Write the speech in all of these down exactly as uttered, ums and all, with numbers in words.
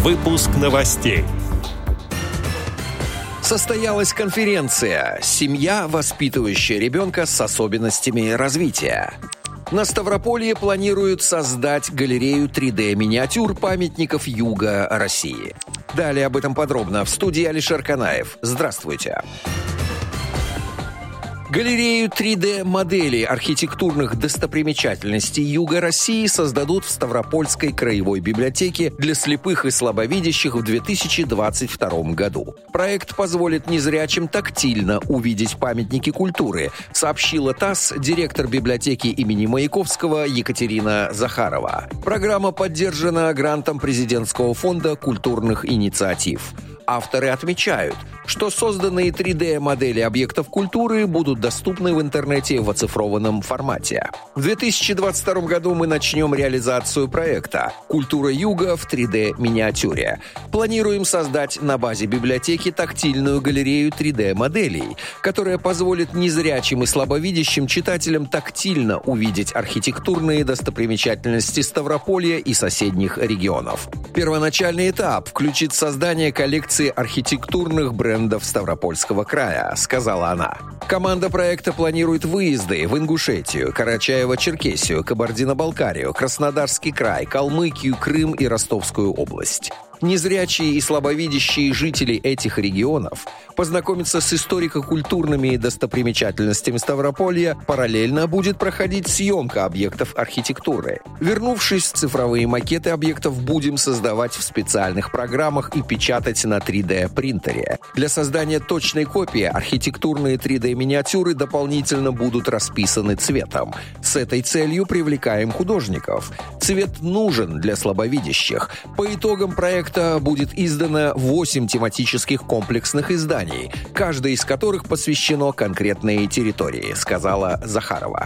Выпуск новостей. Состоялась конференция «Семья, воспитывающая ребенка с особенностями развития». На Ставрополье планируют создать галерею три дэ-миниатюр памятников Юга России. Далее об этом подробно в студии Алишер Канаев. Здравствуйте. Галерею три дэ-моделей архитектурных достопримечательностей Юга России создадут в Ставропольской краевой библиотеке для слепых и слабовидящих в две тысячи двадцать втором году. Проект позволит незрячим тактильно увидеть памятники культуры, сообщила ТАСС директор библиотеки имени Маяковского Екатерина Захарова. Программа поддержана грантом президентского фонда культурных инициатив. Авторы отмечают, что созданные три дэ-модели объектов культуры будут доступны в интернете в оцифрованном формате. В две тысячи двадцать втором году мы начнем реализацию проекта «Культура Юга в три дэ-миниатюре». Планируем создать на базе библиотеки тактильную галерею три дэ-моделей, которая позволит незрячим и слабовидящим читателям тактильно увидеть архитектурные достопримечательности Ставрополья и соседних регионов. Первоначальный этап включит создание коллекции архитектурных брендов Ставропольского края, сказала она. Команда проекта планирует выезды в Ингушетию, Карачаево-Черкесию, Кабардино-Балкарию, Краснодарский край, Калмыкию, Крым и Ростовскую область. Незрячие и слабовидящие жители этих регионов познакомятся с историко-культурными достопримечательностями Ставрополья. Параллельно будет проходить съемка объектов архитектуры. Вернувшись, цифровые макеты объектов будем создавать в специальных программах и печатать на три дэ-принтере. Для создания точной копии архитектурные три дэ-миниатюры дополнительно будут расписаны цветом. С этой целью привлекаем художников. Цвет нужен для слабовидящих. По итогам проекта будет издано восемь тематических комплексных изданий, каждое из которых посвящено конкретной территории, сказала Захарова.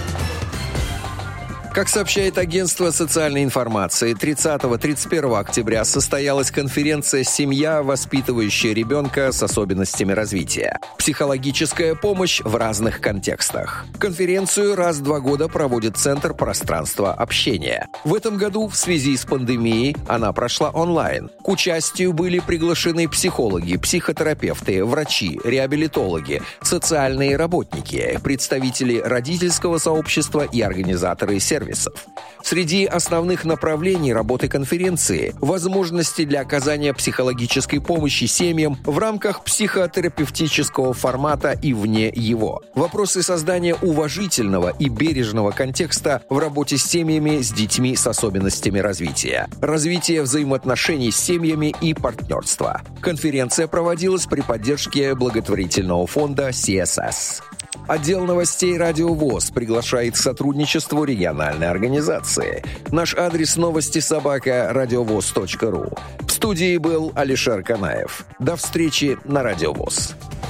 Как сообщает агентство социальной информации, тридцатого-тридцать первого октября состоялась конференция «Семья, воспитывающая ребенка с особенностями развития. Психологическая помощь в разных контекстах». Конференцию раз в два года проводит Центр пространства общения. В этом году в связи с пандемией она прошла онлайн. К участию были приглашены психологи, психотерапевты, врачи, реабилитологи, социальные работники, представители родительского сообщества и организаторы сервисов. Среди основных направлений работы конференции – возможности для оказания психологической помощи семьям в рамках психотерапевтического формата и вне его. Вопросы создания уважительного и бережного контекста в работе с семьями с детьми с особенностями развития. Развитие взаимоотношений с семьями и партнерства. Конференция проводилась при поддержке благотворительного фонда си эс эс. Отдел новостей «Радио ВОС» приглашает к сотрудничеству региональной организации. Наш адрес новости собака радиовоз точка ру. В студии был Алишер Канаев. До встречи на «Радио ВОС».